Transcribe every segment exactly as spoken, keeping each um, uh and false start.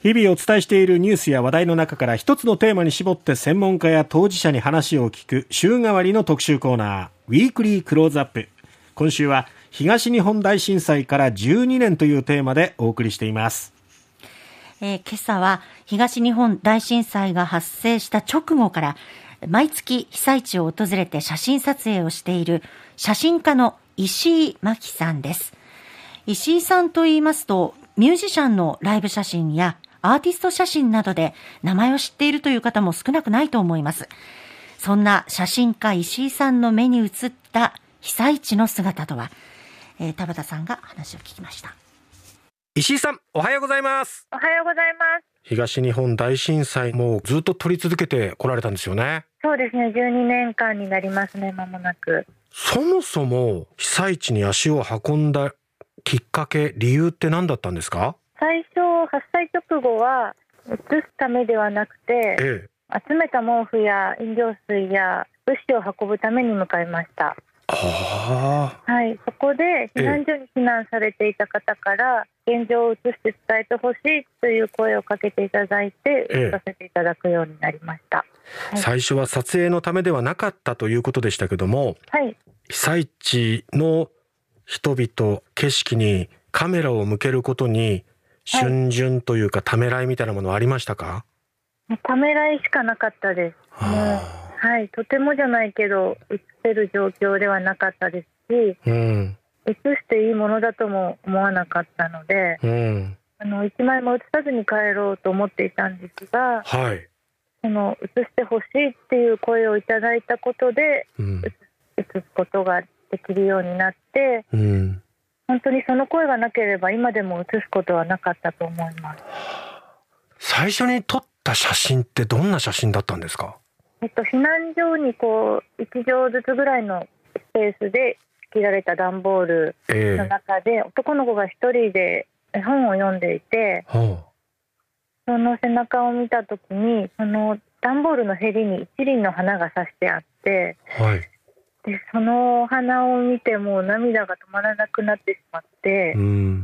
日々お伝えしているニュースや話題の中から一つのテーマに絞って専門家や当事者に話を聞く週替わりの特集コーナー、ウィークリークローズアップ。今週は東日本大震災からじゅうにねんというテーマでお送りしています。 えー、今朝は東日本大震災が発生した直後から毎月被災地を訪れて写真撮影をしている写真家の石井真希さんです。石井さんと言いますと、ミュージシャンのライブ写真やアーティスト写真などで名前を知っているという方も少なくないと思います。そんな写真家石井さんの目に映った被災地の姿とは、えー、田畑さんが話を聞きました。 石井さん、おはようございます。 おはようございます。 東日本大震災もずっと撮り続けてこられたんですよね。 そうですね、じゅうにねんかんになりますね、間もなく。 そもそも被災地に足を運んだきっかけ、理由って何だったんですか？ 最初、発災直後は移すためではなくて、ええ、集めた毛布や飲料水や物資を運ぶために向かいました。 あ、 はい、そこで避難所に避難されていた方から現状を移して伝えてほしいという声をかけていただいて、移させていただくようになりました。はい、 最初は撮影のためではなかったということでしたけども、はい、被災地の人々、景色にカメラを向けることに逡巡というかためらいみたいなものはありましたか？ ためらいしかなかったです。もう、はい、とてもじゃないけど映せる状況ではなかったですし、うん、映していいものだとも思わなかったので、うん、あのいちまいも映さずに帰ろうと思っていたんですが、はい、その映してほしいっていう声をいただいたことで、うん、映すことができるようになって、うん、本当にその声がなければ今でも映すことはなかったと思います。 最初に撮った写真ってどんな写真だったんですか？ えっと、避難所にこういちじょうずつぐらいのスペースで仕切られた段ボールの中で、えー、男の子が一人で絵本を読んでいて、はあ、その背中を見た時にその段ボールのへりに一輪の花が咲してあって、はい、でその花を見てもう涙が止まらなくなってしまって、うん、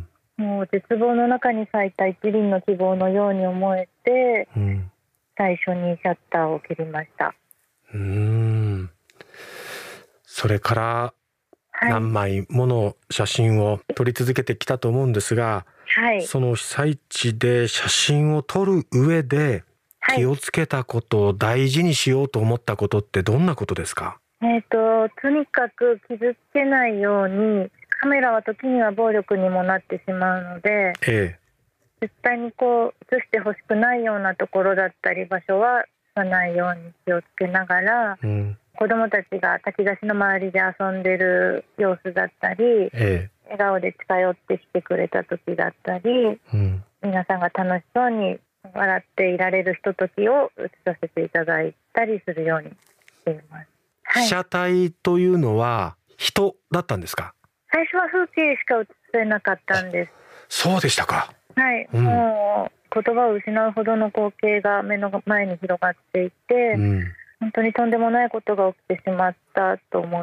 もう絶望の中に咲いた一輪の希望のように思えて、うん、最初にシャッターを切りました。 うーん、それから何枚もの写真を撮り続けてきたと思うんですが、はい、その被災地で写真を撮る上で気をつけたこと、はい、大事にしようと思ったことってどんなことですか？ えーと、とにかく傷つけないように、カメラは時には暴力にもなってしまうので、ええ、絶対にこう映してほしくないようなところだったり場所は映さないように気をつけながら、うん、子どもたちが炊き出しの周りで遊んでる様子だったり、ええ、笑顔で近寄ってきてくれた時だったり、うん、皆さんが楽しそうに笑っていられるひとときを映させていただいたりするようにしています。 被写体というのは人だったんですか？ 最初は風景しか映せなかったんです。 そうでしたか。 はい、うん、もう言葉を失うほどの光景が目の前に広がっていて、うん、本当にとんでもないことが起きてしまったと思って、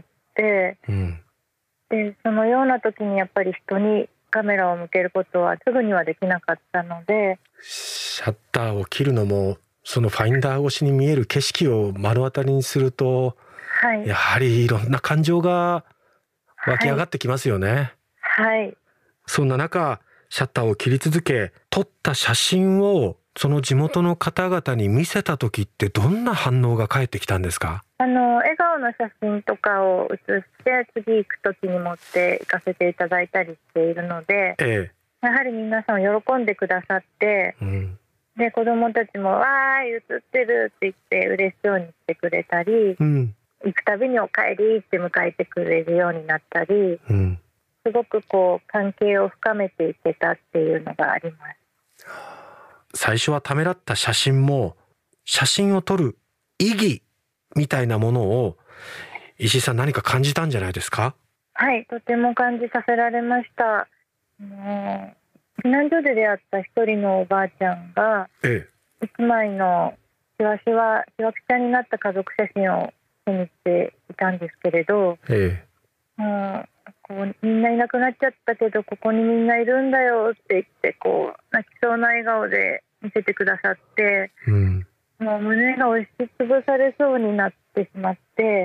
うん、でそのような時にやっぱり人にカメラを向けることはすぐにはできなかったので、 シャッターを切るのもそのファインダー越しに見える景色を目の当たりにすると、はい、やはりいろんな感情が湧き上がってきますよね。はい、はい、そんな中シャッターを切り続け、撮った写真をその地元の方々に見せた時ってどんな反応が返ってきたんですか？ あの笑顔の写真とかを写して次行く時に持って行かせていただいたりしているので、ええ、やはり皆さん喜んでくださって、うん、で子どもたちもわーい写ってるって言って嬉しそうにしてくれたり、うん、行くたびにお帰りって迎えてくれるようになったり、うん、すごくこう関係を深めていけたっていうのがあります。 最初はためらった写真も写真を撮る意義みたいなものを石井さん何か感じたんじゃないですか？ はい、とても感じさせられました。もう避難所で出会った一人のおばあちゃんが、ええ、一枚のしわしわしわくちゃになった家族写真を手にしていたんですけれど、ええ、もうこうみんないなくなっちゃったけどここにみんないるんだよって言ってこう泣きそうな笑顔で見せてくださって、 うん、 もう胸が押しつぶされそうになってしまって、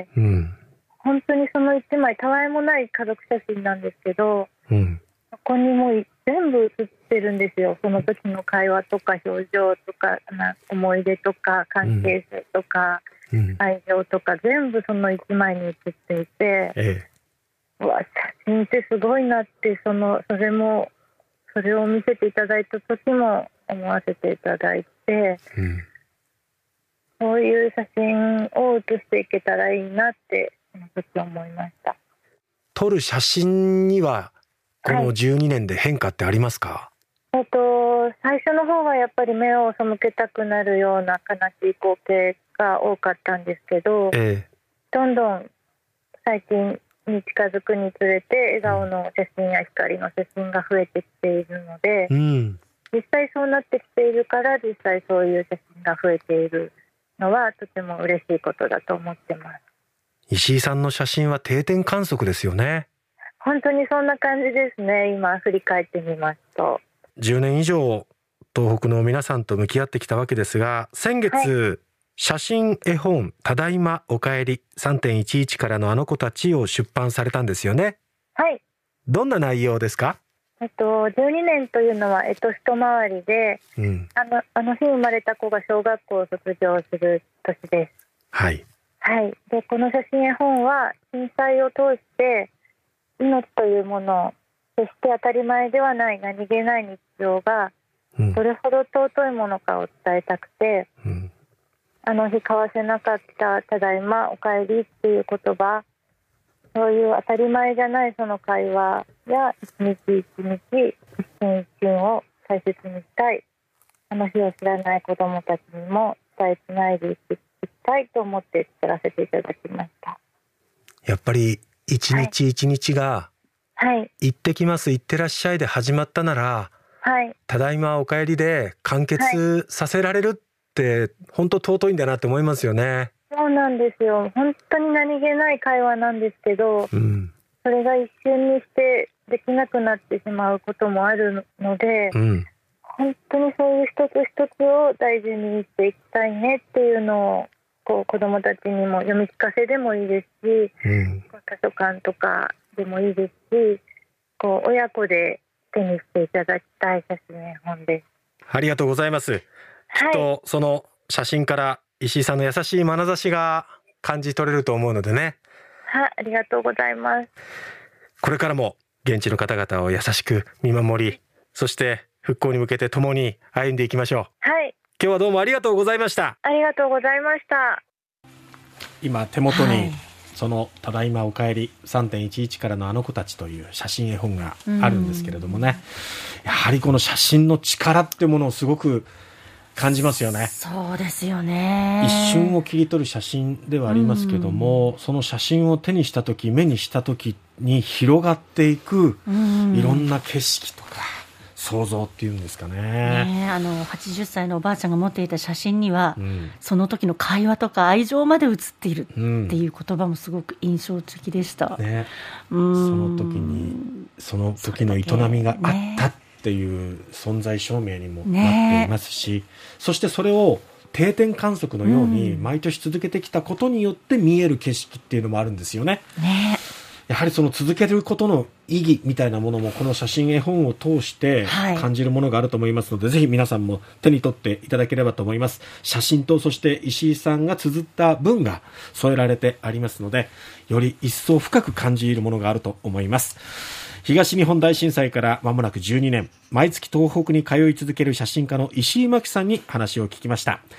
うん、 本当にそのいちまいたわいもない家族写真なんですけど、 うん、 そこにもう全部写ってるんですよ。その時の会話とか表情とか思い出とか関係性とか、うん、愛情とか全部そのいちまいに写っていて、 ええ、 うわ写真ってすごいなって、そのそれもそれを見せていただいた時も思わせていただいて、 うん、 そういう写真を写していけたらいいなってその時思いました。 撮る写真にはこのじゅうにねんで変化ってありますか？ はい、えっと、最初の方はやっぱり目を背けたくなるような悲しい光景が多かったんですけど、 ええ、 どんどん最近に近づくにつれて笑顔の写真や光の写真が増えてきているので、 うん、 実際そうなってきているから実際そういう写真が増えているのはとても嬉しいことだと思ってます。 石井さんの写真は定点観測ですよね。 本当にそんな感じですね。今振り返ってみますとじゅうねん以上東北の皆さんと向き合ってきたわけですが、先月、はい、写真絵本ただいまおかえり さんてんいちいち からのあの子たちを出版されたんですよね。 はい。 どんな内容ですか？ えっと、じゅうにねんというのは、えっと、一回りで、うん、あの、あの日生まれた子が小学校を卒業する年です。 はい。 はい。で、この写真絵本は震災を通して命というもの、決して当たり前ではない何気ない日常がどれほど尊いものかを伝えたくて、うん、あの日交わせなかったただいまおかえりっていう言葉、そういう当たり前じゃないその会話や一日一日一瞬一瞬を大切にしたい、あの日を知らない子どもたちにも伝えつないでいきたいと思って作らせていただきました。 やっぱり一日一日が、 はい、 行ってきます行ってらっしゃいで始まったなら、 はい、 ただいまおかえりで完結させられるって本当尊いんだなって思いますよね。 そうなんですよ。本当に何気ない会話なんですけど、うん、それが一瞬にしてできなくなってしまうこともあるので、うん、本当にそういう一つ一つを大事にしていきたいねっていうのをこう子どもたちにも読み聞かせでもいいですし、うん、図書館とかでもいいですし、こう親子で手にしていただきたい写真絵本です。 ありがとうございます。はい、きっとその写真から石井さんの優しい眼差しが感じ取れると思うのでね。 はい、ありがとうございます。 これからも現地の方々を優しく見守り、そして復興に向けて共に歩んでいきましょう。 はい。 今日はどうもありがとうございました。 ありがとうございました。 今手元に、はい、そのただいまおかえり さんてんいちいち からのあの子たちという写真絵本があるんですけれどもね、やはりこの写真の力ってものをすごく感じますよね。 そうですよね。 一瞬を切り取る写真ではありますけども、その写真を手にした時、目にした時に広がっていくいろんな景色とか想像っていうんですか ね, ねあのはちじゅっさいのおばあちゃんが持っていた写真には、うん、その時の会話とか愛情まで写っているっていう言葉もすごく印象的でした、 ね、うんその時にその時の営みがあったっていう存在証明にもなっていますし、ね、そしてそれを定点観測のように毎年続けてきたことによって見える景色っていうのもあるんですよね。 ねやはりその続けることの意義みたいなものもこの写真絵本を通して感じるものがあると思いますので、はい、ぜひ皆さんも手に取っていただければと思います。写真とそして石井さんが綴った文が添えられてありますので、より一層深く感じるものがあると思います。東日本大震災から間もなくじゅうにねん、毎月東北に通い続ける写真家の石井真紀さんに話を聞きました。